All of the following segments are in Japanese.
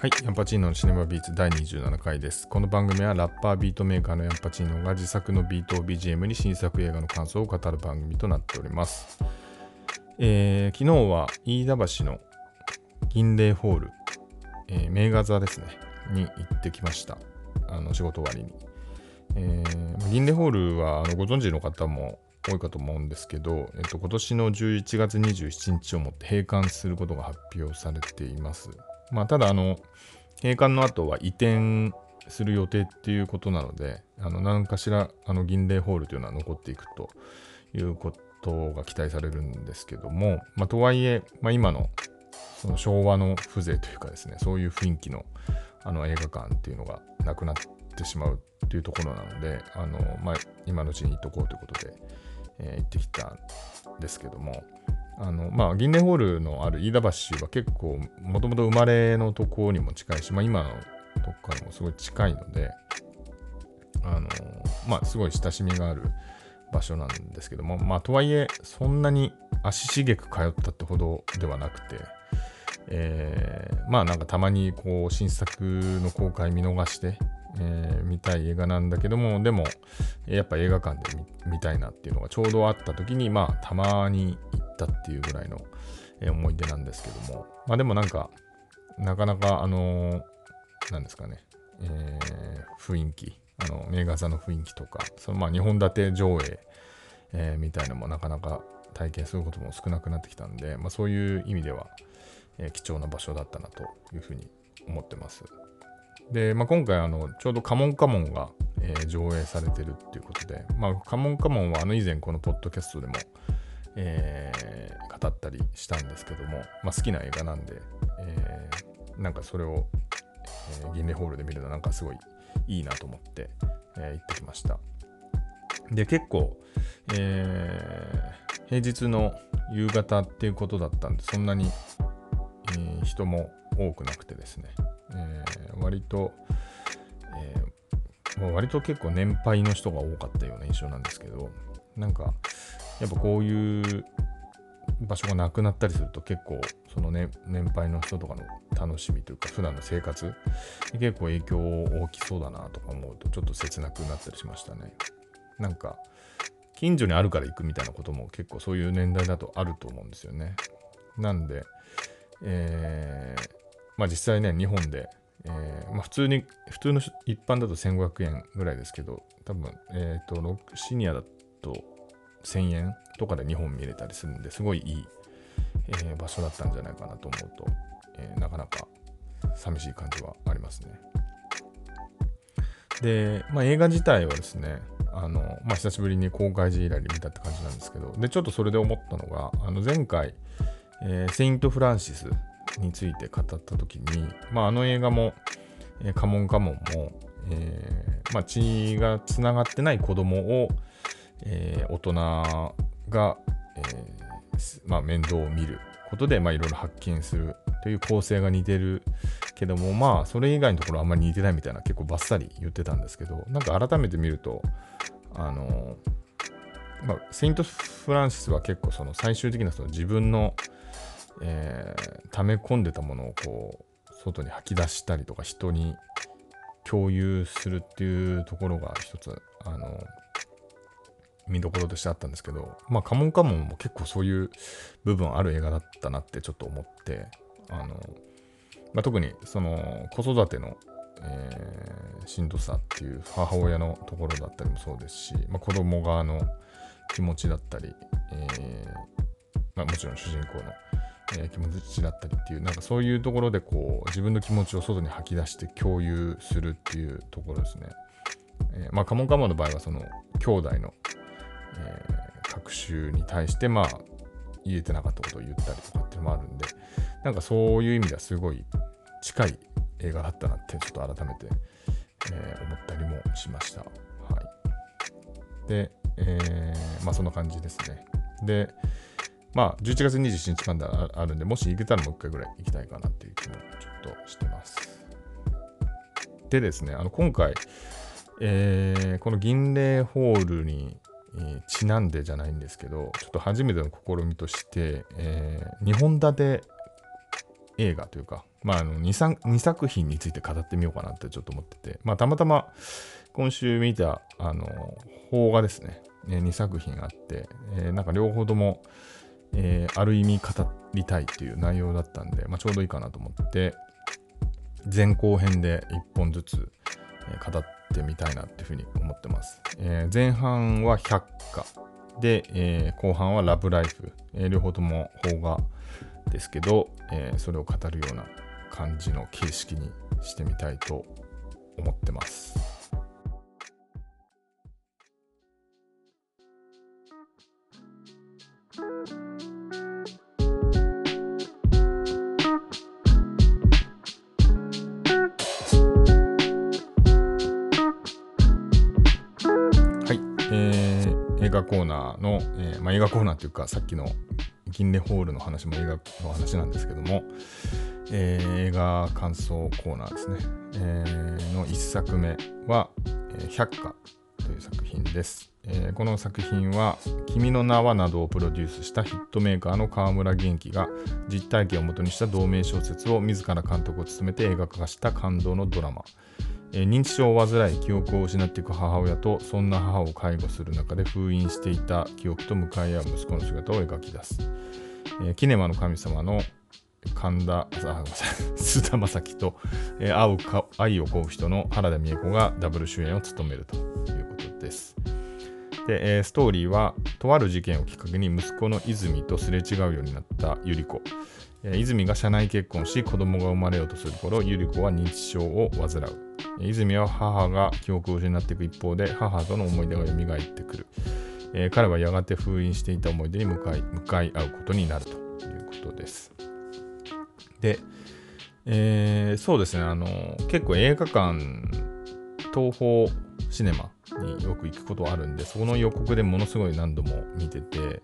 はい、ヤンパチーノのシネマビーツ第27回です。この番組はラッパービートメーカーのヤンパチーノが自作のビートを BGM に新作映画の感想を語る番組となっております。昨日は飯田橋の銀霊ホール、名画座ですね、に行ってきました。仕事終わりに。銀霊ホールはご存知の方も多いかと思うんですけど、今年の11月27日をもって閉館することが発表されています。ただ閉館の後は移転する予定っていうことなので、何かしら銀霊ホールというのは残っていくということが期待されるんですけども、とはいえ、今のその昭和の風情というかですね、そういう雰囲気の映画館っていうのがなくなってしまうっていうところなので、今のうちに行っとこうということで、行ってきたんですけども、銀霊ホールのある飯田橋は結構もともと生まれのところにも近いし、今のとこからもすごい近いので、すごい親しみがある場所なんですけども、とはいえそんなに足しげく通ったってほどではなくて、なんかたまにこう新作の公開見逃して、見たい映画なんだけども、でもやっぱ映画館で 見たいなっていうのがちょうどあった時にたまに行ったっていうぐらいの、思い出なんですけども、でもなんかなかなかなんですかね、雰囲気名画座の雰囲気とかその2本立て上映、みたいなのもなかなか体験することも少なくなってきたんで、そういう意味では貴重な場所だったなというふうに思ってます。で、今回ちょうどカモンカモンが、上映されてるっていうことで、カモンカモンは以前このポッドキャストでも、語ったりしたんですけども、好きな映画なんで、なんかそれを、銀霊ホールで見るのなんかすごいいいなと思って、行ってきました。で、結構、平日の夕方っていうことだったんで、そんなに人も多くなくてですね、割と結構年配の人が多かったような印象なんですけど、なんかやっぱこういう場所がなくなったりすると結構その、年配の人とかの楽しみというか普段の生活に結構影響大きそうだなとか思うとちょっと切なくなったりしましたね。なんか近所にあるから行くみたいなことも結構そういう年代だとあると思うんですよね。なんで実際ね、日本で、普通の一般だと1500円ぐらいですけど、多分、シニアだと1000円とかで日本見れたりするんで、すごいいい、場所だったんじゃないかなと思うと、なかなか寂しい感じはありますね。で、映画自体はですね、久しぶりに公開時以来に見たって感じなんですけど、で、ちょっとそれで思ったのが、前回、セイント・フランシスについて語った時に、映画も、カモンカモンも、血がつながってない子供を、大人が、面倒を見ることで、いろいろ発見するという構成が似てるけども、それ以外のところあんまり似てないみたいな結構バッサリ言ってたんですけど、なんか改めて見るとセイント・フランシスは結構その最終的なその自分の溜め込んでたものをこう外に吐き出したりとか人に共有するっていうところが一つ見どころとしてあったんですけど、カモンカモンも結構そういう部分ある映画だったなってちょっと思って、特にその子育ての、しんどさっていう母親のところだったりもそうですし、子供側の気持ちだったり、もちろん主人公の、気持ちだったりっていうなんかそういうところでこう自分の気持ちを外に吐き出して共有するっていうところですね。カモンカモンの場合はその兄弟の、学習に対して言えてなかったことを言ったりとかっていうのもあるんで、なんかそういう意味ではすごい近い映画だったなってちょっと改めて、思ったりもしました。はい。で、そんな感じですね。で、11月27日まであるんで、もし行けたらもう一回ぐらい行きたいかなっていう気もちょっとしてます。でですね、今回、この銀霊ホールにちなんでじゃないんですけど、ちょっと初めての試みとして、2本立て映画というか、 2作品について語ってみようかなってちょっと思ってて、たまたま今週見た邦画ですね、2作品あって、なんか両方とも、ある意味語りたいっていう内容だったんで、ちょうどいいかなと思って前後編で1本ずつ語ってみたいなっていうふうに思ってます。前半は百花で、後半はラブライフ、両方とも邦画ですけど、それを語るような感じの形式にしてみたいと思ってます。映画コーナーの、映画コーナーというかさっきの銀レホールの話も映画の話なんですけども、映画感想コーナーですね、の1作目は、百花という作品です。この作品は君の名はなどをプロデュースしたヒットメーカーの川村元気が実体験をもとにした同名小説を自ら監督を務めて映画化した感動のドラマ。認知症を患い記憶を失っていく母親とそんな母を介護する中で封印していた記憶と向かい合う息子の姿を描き出す。キネマの神様の須田将暉と、愛を乞う人の原田美恵子がダブル主演を務めるということです。で、ストーリーはとある事件をきっかけに息子の泉とすれ違うようになった百合子。泉が社内結婚し子供が生まれようとする頃、百合子は認知症を患う。泉は母が記憶を失っていく一方で母との思い出が蘇ってくる。彼はやがて封印していた思い出に向かい合うことになるということです。で、そうですね、結構映画館、東宝シネマによく行くことはあるんで、そこの予告でものすごい何度も見てて、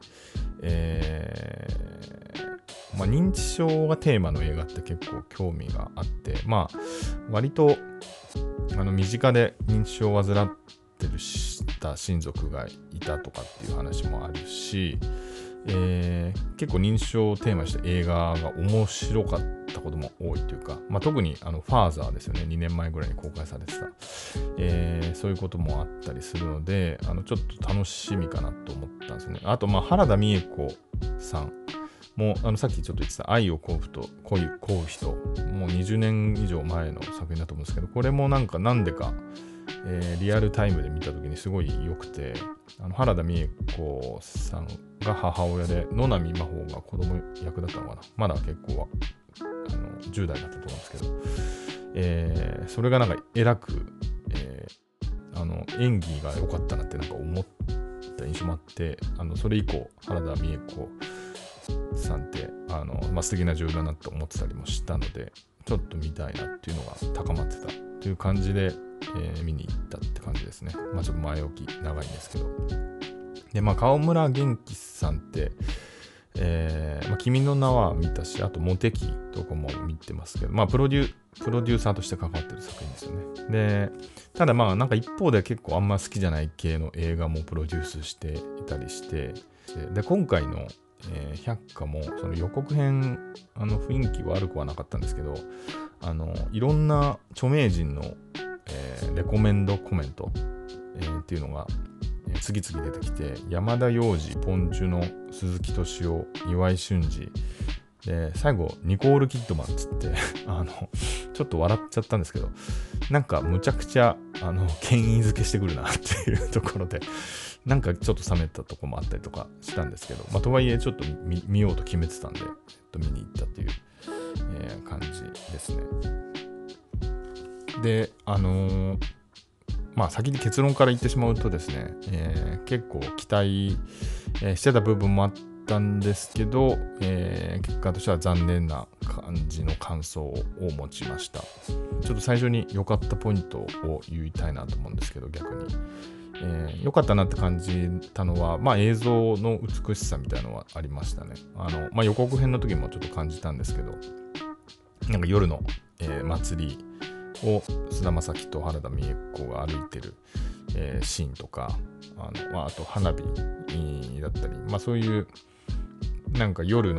認知症がテーマの映画って結構興味があって、割と身近で認知症を患ってるした親族がいたとかっていう話もあるし、結構認知症をテーマにした映画が面白かったことも多いというか、特にファーザーですよね、2年前ぐらいに公開されてた、そういうこともあったりするので、ちょっと楽しみかなと思ったんですね。あと原田美恵子さんもさっきちょっと言ってた愛を乞う人、もう20年以上前の作品だと思うんですけど、これもなんでか、リアルタイムで見た時にすごい良くて、原田美恵子さんが母親で野波真帆が子供役だったのかな、まだ結構は10代だったと思うんですけど、それがえらく、演技が良かったなって思った印象もあって、それ以降原田美恵子さんって素敵な女優だなと思ってたりもしたので、ちょっと見たいなっていうのが高まってたという感じで、見に行ったって感じですね。ちょっと前置き長いんですけど。で、川村元気さんって、君の名は見たし、あとモテキとかも見てますけど、プロデューサーとして関わってる作品ですよね。で、ただ一方で結構あんま好きじゃない系の映画もプロデュースしていたりして、で今回の百花もその予告編雰囲気悪くはなかったんですけど、いろんな著名人の、レコメンドコメント、っていうのが、次々出てきて、山田洋次、ポン・ジュノ、鈴木敏夫、岩井俊二で、最後ニコール・キッドマンっつってちょっと笑っちゃったんですけど、むちゃくちゃ権威づけしてくるなっていうところで、ちょっと冷めたとこもあったりとかしたんですけど、とはいえちょっと 見ようと決めてたんで、見に行ったっていう、感じですね。で、先に結論から言ってしまうとですね、結構期待、してた部分もあったんですけど、結果としては残念な感じの感想を持ちました。ちょっと最初に良かったポイントを言いたいなと思うんですけど、逆に。良かったなって感じたのは、映像の美しさみたいなのはありましたね。予告編の時もちょっと感じたんですけど、夜の、祭りを菅田将暉と原田美恵子が歩いてる、シーンとか、あと花火だったり、そういう夜の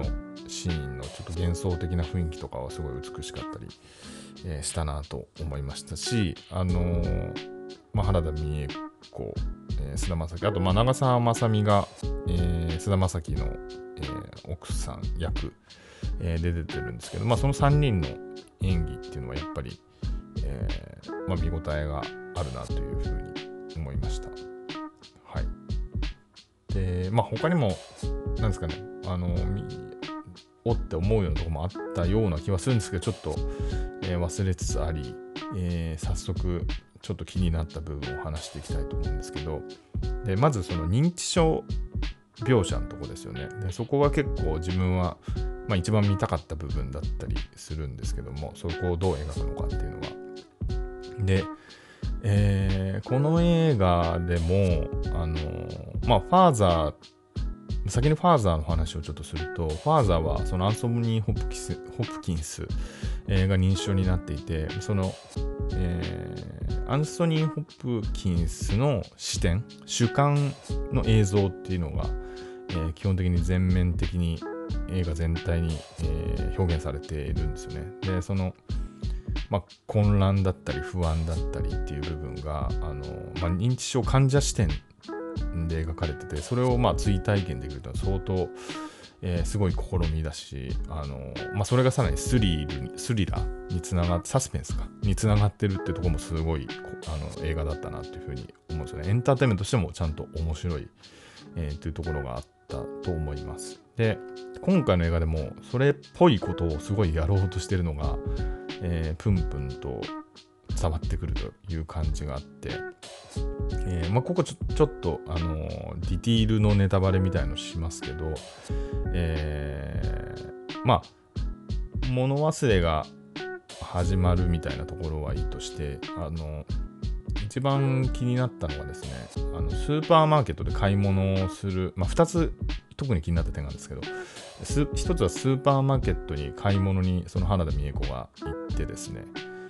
シーンのちょっと幻想的な雰囲気とかはすごい美しかったり、したなと思いましたし、原田美恵子、菅田将暉、あと長澤まさみが、菅田将暉の、奥さん役、で出てるんですけど、その3人の演技っていうのはやっぱり、見応えがあるなというふうに思いました。はい。で、他にもなんですかね、おって思うようなところもあったような気はするんですけど、ちょっと、忘れつつあり、早速ちょっと気になった部分を話していきたいと思うんですけど、でまずその認知症描写のとこですよね。でそこが結構自分は、一番見たかった部分だったりするんですけども、そこをどう描くのかっていうのは。で、この映画でもファーザー、先にファーザーの話をちょっとすると、ファーザーはそのアンソニー・ホプキンス、が認知症になっていて、その、アンソニー・ホプキンスの視点、主観の映像っていうのが、基本的に全面的に映画全体に、表現されているんですよね。で、その、混乱だったり不安だったりっていう部分が認知症患者視点で描かれてて、それを追体験できるというのは相当、すごい試みだし、それがさらにスリラーにつながって、サスペンスにつながってるっていうところもすごい映画だったなというふうに思うんですよね。エンターテインメントとしてもちゃんと面白い、というところがあったと思います。で、今回の映画でもそれっぽいことをすごいやろうとしてるのが、プンプンと伝わってくるという感じがあって、ここちょっとディティールのネタバレみたいのしますけど、物忘れが始まるみたいなところはいいとして、一番気になったのがですね、スーパーマーケットで買い物をする、2つ特に気になった点なんですけど、一つはスーパーマーケットに買い物にその原田美恵子が行ってですね、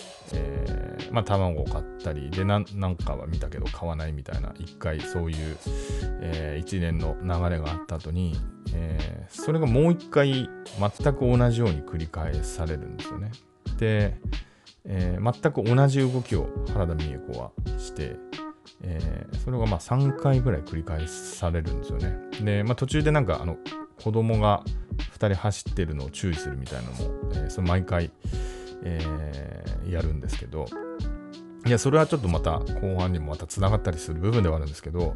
卵を買ったりで、なんかは見たけど買わないみたいな、一回そういう、一連の流れがあった後に、それがもう一回全く同じように繰り返されるんですよね。で、全く同じ動きを原田美恵子はして、それが3回ぐらい繰り返されるんですよね。で、途中で子供が2人走ってるのを注意するみたいなのも、その毎回、やるんですけど、いや、それはちょっとまた後半にもまたつながったりする部分ではあるんですけど、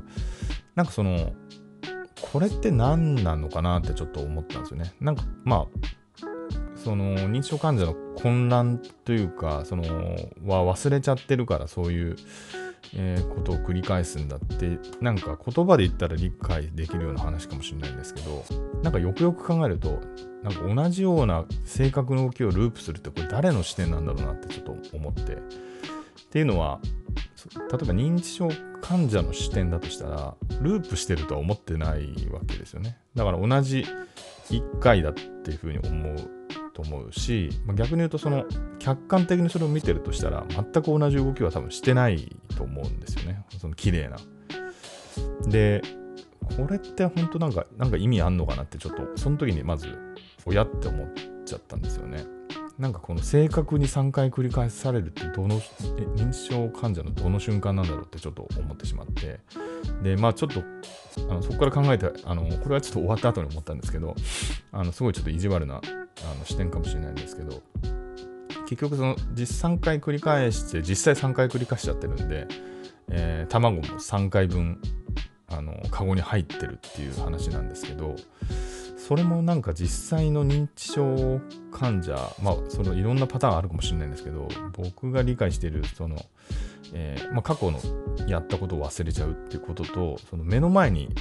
これって何なのかなってちょっと思ったんですよね。その認知症患者の混乱というか、は忘れちゃってるからそういう、ことを繰り返すんだって、言葉で言ったら理解できるような話かもしれないんですけど、よくよく考えると、同じような性格の動きをループするって、これ誰の視点なんだろうなってちょっと思って、っていうのは、例えば認知症患者の視点だとしたらループしてるとは思ってないわけですよね。だから同じ1回だっていうふうに思うと思うし、逆に言うとその客観的にそれを見てるとしたら全く同じ動きは多分してないと思うんですよね。その綺麗な。で、これって本当なんか意味あんのかなってちょっとその時にまず親って思っちゃったんですよね。この正確に3回繰り返されるって認知症患者のどの瞬間なんだろうってちょっと思ってしまって、でちょっとそこから考えてこれはちょっと終わった後に思ったんですけど、すごいちょっと意地悪な視点かもしれないんですけど、結局その実3回繰り返して実際3回繰り返しちゃってるんで、卵も3回分カゴに入ってるっていう話なんですけど、それも実際の認知症患者、そのいろんなパターンあるかもしれないんですけど、僕が理解しているその、過去のやったことを忘れちゃうっていうことと、その目の前に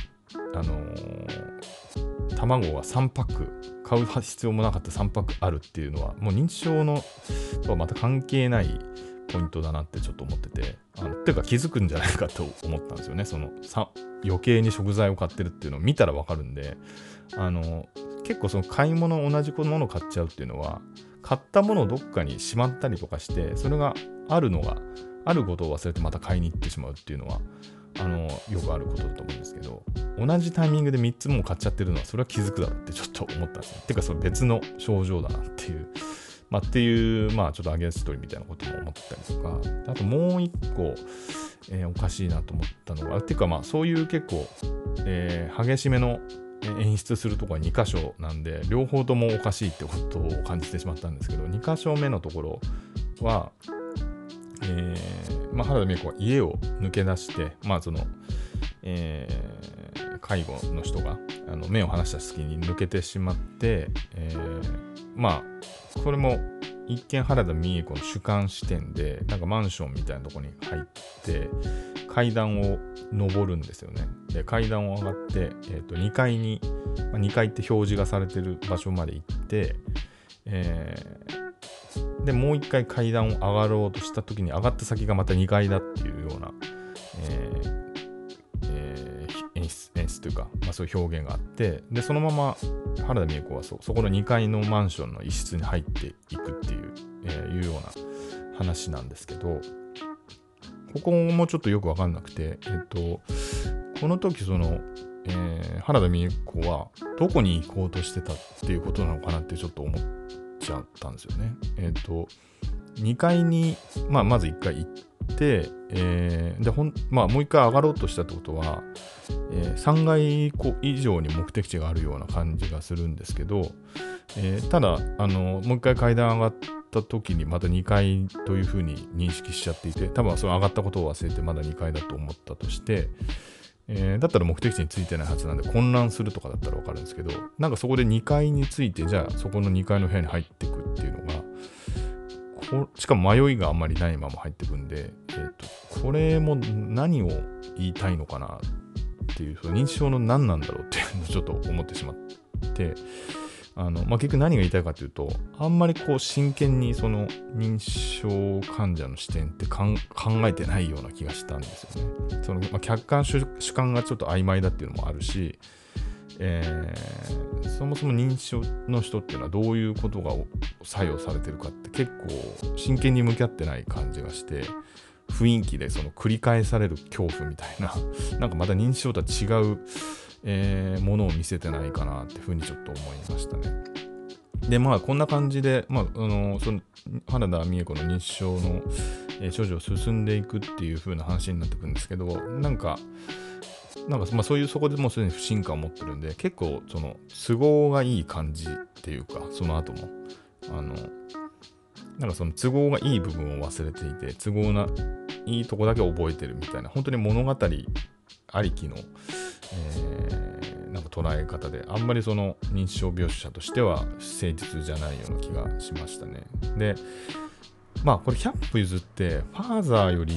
卵が3パック買う必要もなかった3パックあるっていうのはもう認知症のとはまた関係ないポイントだなってちょっと思ってて、っていうか気づくんじゃないかと思ったんですよね。その余計に食材を買ってるっていうのを見たらわかるんで、結構その買い物同じものを買っちゃうっていうのは、買ったものをどっかにしまったりとかして、それがあることを忘れてまた買いに行ってしまうっていうのはよくあることだと思うんですけど、同じタイミングで3つもう買っちゃってるのはそれは気づくだろうってちょっと思ったんですね。てかそれ別の症状だなっていう、っていうちょっとアゲンストリーみたいなことも思ったりとか、あともう一個、おかしいなと思ったのが、っていうかそういう結構、激しめの演出するところは2箇所なんで、両方ともおかしいってことを感じてしまったんですけど、2箇所目のところは、原田美枝子は家を抜け出して、介護の人が目を離した隙に抜けてしまって、これも一見原田美枝子の主観視点で、なんかマンションみたいなところに入って階段を上るんですよね。で階段を上がって、2階に、2階って表示がされてる場所まで行って、でもう一回階段を上がろうとした時に上がった先がまた2階だっていうような、演出というか、そういう表現があって、でそのまま原田美枝子はそこの2階のマンションの一室に入っていくっていう、いうような話なんですけど、ここもちょっとよく分かんなくて、この時原田美枝子はどこに行こうとしてたっていうことなのかなってちょっと思っちゃったんですよね。2階に、まず1回行って、でもう1回上がろうとしたってことは、3階以上に目的地があるような感じがするんですけど、ただもう1回階段上がった時にまた2階というふうに認識しちゃっていて、多分その上がったことを忘れてまだ2階だと思ったとして、だったら目的地に着いてないはずなんで混乱するとかだったら分かるんですけど、なんかそこで2階に着いて、じゃあそこの2階の部屋に入っていくっていうのが、しかも迷いがあんまりないまま入っていくんで、これも何を言いたいのかなっていう、認知症の何なんだろうっていうのをちょっと思ってしまって、結局何が言いたいかというと、あんまり真剣にその認知症患者の視点って考えてないような気がしたんですよね。客観主観がちょっと曖昧だっていうのもあるし、そもそも認知症の人っていうのはどういうことが作用されてるかって結構真剣に向き合ってない感じがして、雰囲気で繰り返される恐怖みたいな、なんかまた認知症とは違う、ものを見せてないかなっていうふうにちょっと思いましたね。でこんな感じで、その原田美枝子の認知症の、症状を進んでいくっていう風な話になってくるんですけど、なんかそういうそこでもうすでに不信感を持ってるんで、結構都合がいい感じっていうか、その後もなんかその都合がいい部分を忘れていて、都合ないいとこだけ覚えてるみたいな、本当に物語ありきの、なんか捉え方で、あんまりその認知症描写としては誠実じゃないような気がしましたね。で、これ100歩譲ってファーザーより、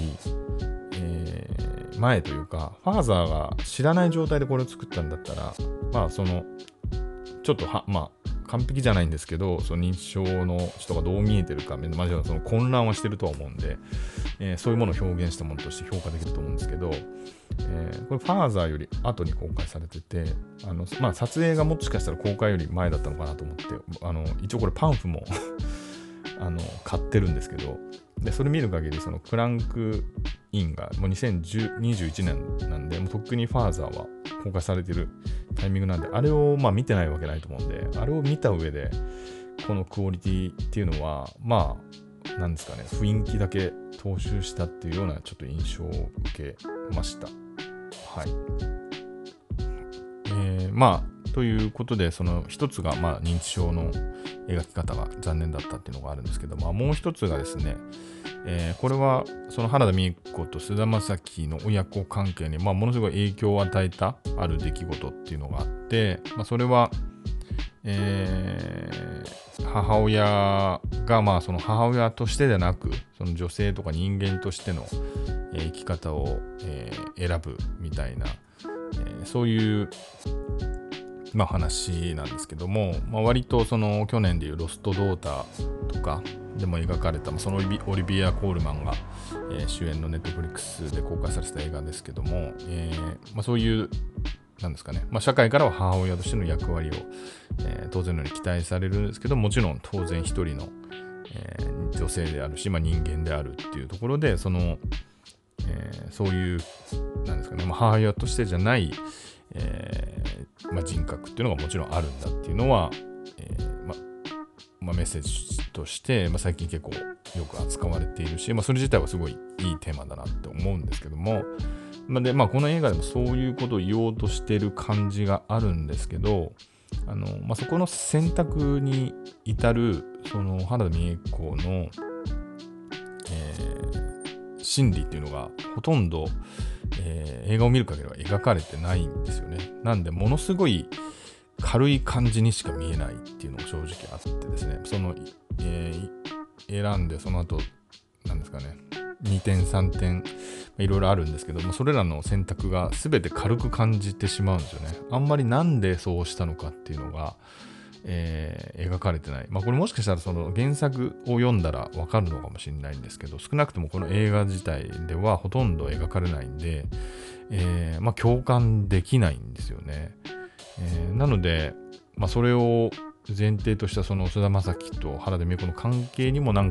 前というか、ファーザーが知らない状態でこれを作ったんだったら、ちょっと完璧じゃないんですけど、その認知症の人がどう見えてるか、その混乱はしてるとは思うんで、そういうものを表現したものとして評価できると思うんですけど、これファーザーより後に公開されてて、撮影がもしかしたら公開より前だったのかなと思って、一応これパンフも買ってるんですけど、でそれ見る限りそのクランクインがもう2021年なんで、もうとっくにファーザーは公開されてるタイミングなんで、あれを見てないわけないと思うんで、あれを見た上でこのクオリティっていうのはなんですかね、雰囲気だけ踏襲したっていうようなちょっと印象を受けました。はい。ということで、その一つが認知症の描き方が残念だったっていうのがあるんですけど、もう一つがですね、これはその原田美枝子と菅田将暉の親子関係にものすごい影響を与えたある出来事っていうのがあって、それは、母親がその母親としてでなく、その女性とか人間としての、生き方を、選ぶみたいな、そういう話なんですけども、割とその去年でいうロストドーターとかでも描かれた、そのオリビア・コールマンが、主演のネットフリックスで公開されてた映画ですけども、そういうなんですかね、社会からは母親としての役割を、当然のように期待されるんですけど、もちろん当然一人の、女性であるし、人間であるっていうところで、そのそういうなんですかね、母親としてじゃない、人格っていうのがもちろんあるんだっていうのは、メッセージとして、最近結構よく扱われているし、それ自体はすごいいいテーマだなって思うんですけども、でこの映画でもそういうことを言おうとしてる感じがあるんですけど、そこの選択に至るその原田美枝子の、心理っていうのがほとんど、映画を見る限りは描かれてないんですよね。なんでものすごい軽い感じにしか見えないっていうのが正直あってですね、その、選んでその後なんですかね、2点3点いろいろあるんですけども、それらの選択が全て軽く感じてしまうんですよね。あんまりなんでそうしたのかっていうのが、描かれてない。これもしかしたらその原作を読んだらわかるのかもしれないんですけど、少なくともこの映画自体ではほとんど描かれないんで、共感できないんですよね。なので、それを前提としたその菅田将暉と原田美枝子の関係にも納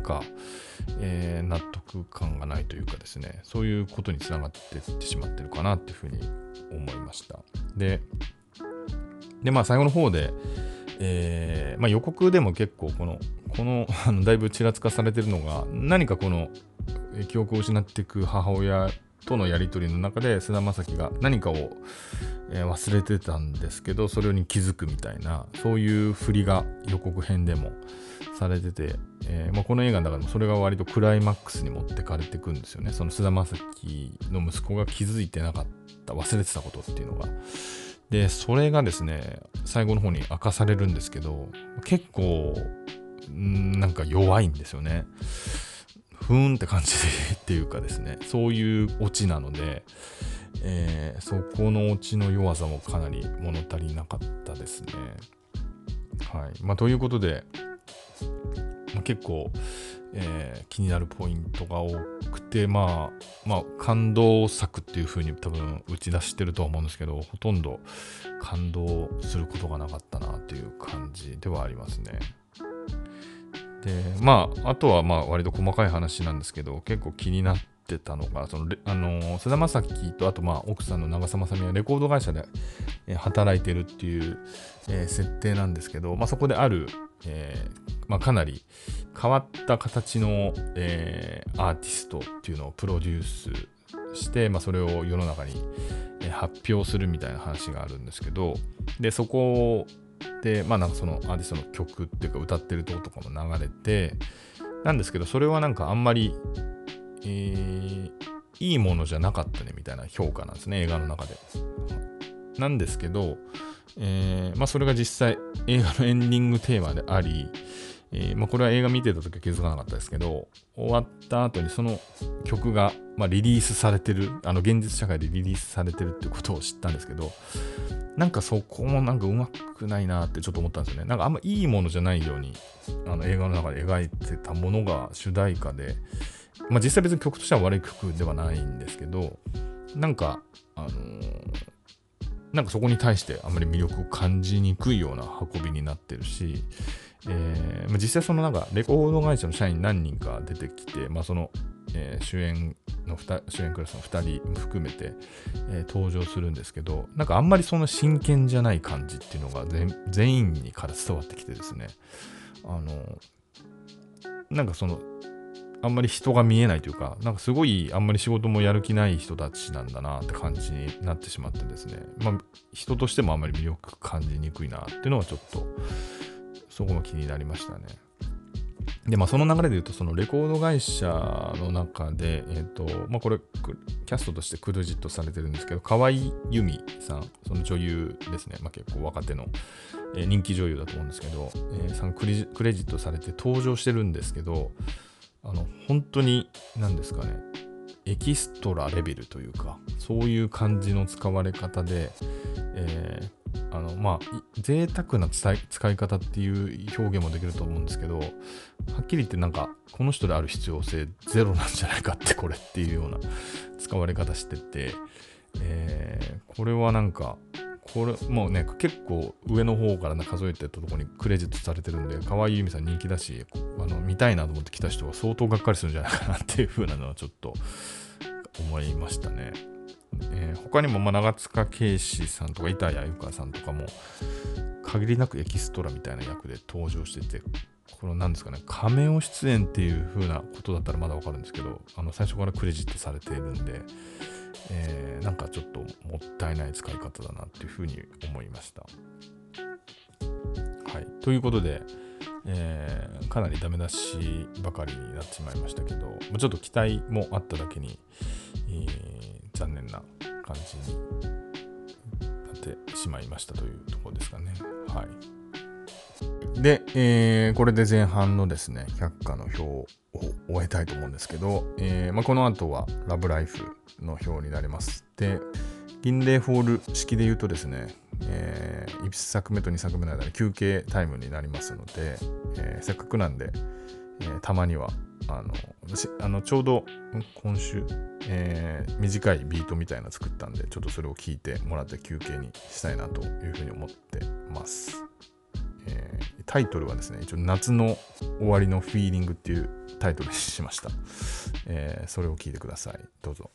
得感がないというかですね、そういうことにつながっていってしまってるかなっていうふうに思いました。で、最後の方で、予告でも結構このだいぶちらつかされてるのが、何かこの記憶を失っていく母親とのやり取りの中で菅田将暉が何かを忘れてたんですけど、それに気づくみたいな、そういう振りが予告編でもされてて、この映画の中でもそれが割とクライマックスに持ってかれていくんですよね。その菅田将暉の息子が気づいてなかった、忘れてたことっていうのが。で、それがですね、最後の方に明かされるんですけど、結構なんか弱いんですよね。ふーんって感じっていうかですね、そういうオチなので、そこのオチの弱さもかなり物足りなかったですね。はい。ということで、結構、気になるポイントが多くて、感動作っていう風に多分打ち出してるとは思うんですけど、ほとんど感動することがなかったなっていう感じではありますね。で、あとは割と細かい話なんですけど、結構気になってたのが、菅田将暉とあと奥さんの長澤まさみはレコード会社で働いてるっていう、設定なんですけど、そこである、かなり変わった形の、アーティストっていうのをプロデュースして、それを世の中に、発表するみたいな話があるんですけど、でそこでそのアーティストの曲っていうか歌ってるとことかも流れてなんですけど、それはなんかあんまり、いいものじゃなかったねみたいな評価なんですね、映画の中で。なんですけど、それが実際映画のエンディングテーマであり、これは映画見てた時は気づかなかったですけど、終わった後にその曲が、リリースされてる、現実社会でリリースされてるっていうことを知ったんですけど、なんかそこもなんかうまくないなってちょっと思ったんですよね。なんかあんまいいものじゃないように映画の中で描いてたものが主題歌で、実際別に曲としては悪い曲ではないんですけど、なんかなんかそこに対してあんまり魅力を感じにくいような運びになってるし、実際そのなんかレコード会社の社員何人か出てきて、その、主演クラスの2人含めて、登場するんですけど、なんかあんまりその真剣じゃない感じっていうのが全員にから伝わってきてですね、なんかそのあんまり人が見えないというか、なんかすごいあんまり仕事もやる気ない人たちなんだなって感じになってしまってですね、人としてもあんまり魅力感じにくいなっていうのはちょっとそこも気になりましたね。で、その流れで言うと、そのレコード会社の中で、これ、キャストとしてクレジットされてるんですけど、河合由美さん、その女優ですね、結構若手の、人気女優だと思うんですけど、さんクレジットされて登場してるんですけど、本当に、何ですかね、エキストラレベルというか、そういう感じの使われ方で、贅沢な使い方っていう表現もできると思うんですけど、はっきり言ってなんかこの人である必要性ゼロなんじゃないかってこれっていうような使われ方してて、これはなんかこれもうね結構上の方から数えてたところにクレジットされてるんで、河合由美さん人気だし見たいなと思って来た人は相当がっかりするんじゃないかなっていう風なのはちょっと思いましたね。他にも長塚圭史さんとか板谷由香さんとかも限りなくエキストラみたいな役で登場してて、これなんですかね、カメオ出演っていう風なことだったらまだわかるんですけど、最初からクレジットされているんで、なんかちょっともったいない使い方だなっていう風に思いました。はい、ということで、かなりダメ出しばかりになってしまいましたけど、ちょっと期待もあっただけに、残念な感じになってしまいましたというところですかね。はい。で、これで前半のですね、100課の表を終えたいと思うんですけど、この後はラブライフの表になります。で、銀霊ホール式で言うとですね、1作目と2作目の間に休憩タイムになりますので、せっかくなんで、たまにはちょうど今週、短いビートみたいなの作ったんで、ちょっとそれを聞いてもらって休憩にしたいなというふうに思ってます。タイトルはですね、一応夏の終わりのフィーリングっていうタイトルにしました。それを聞いてください。どうぞ。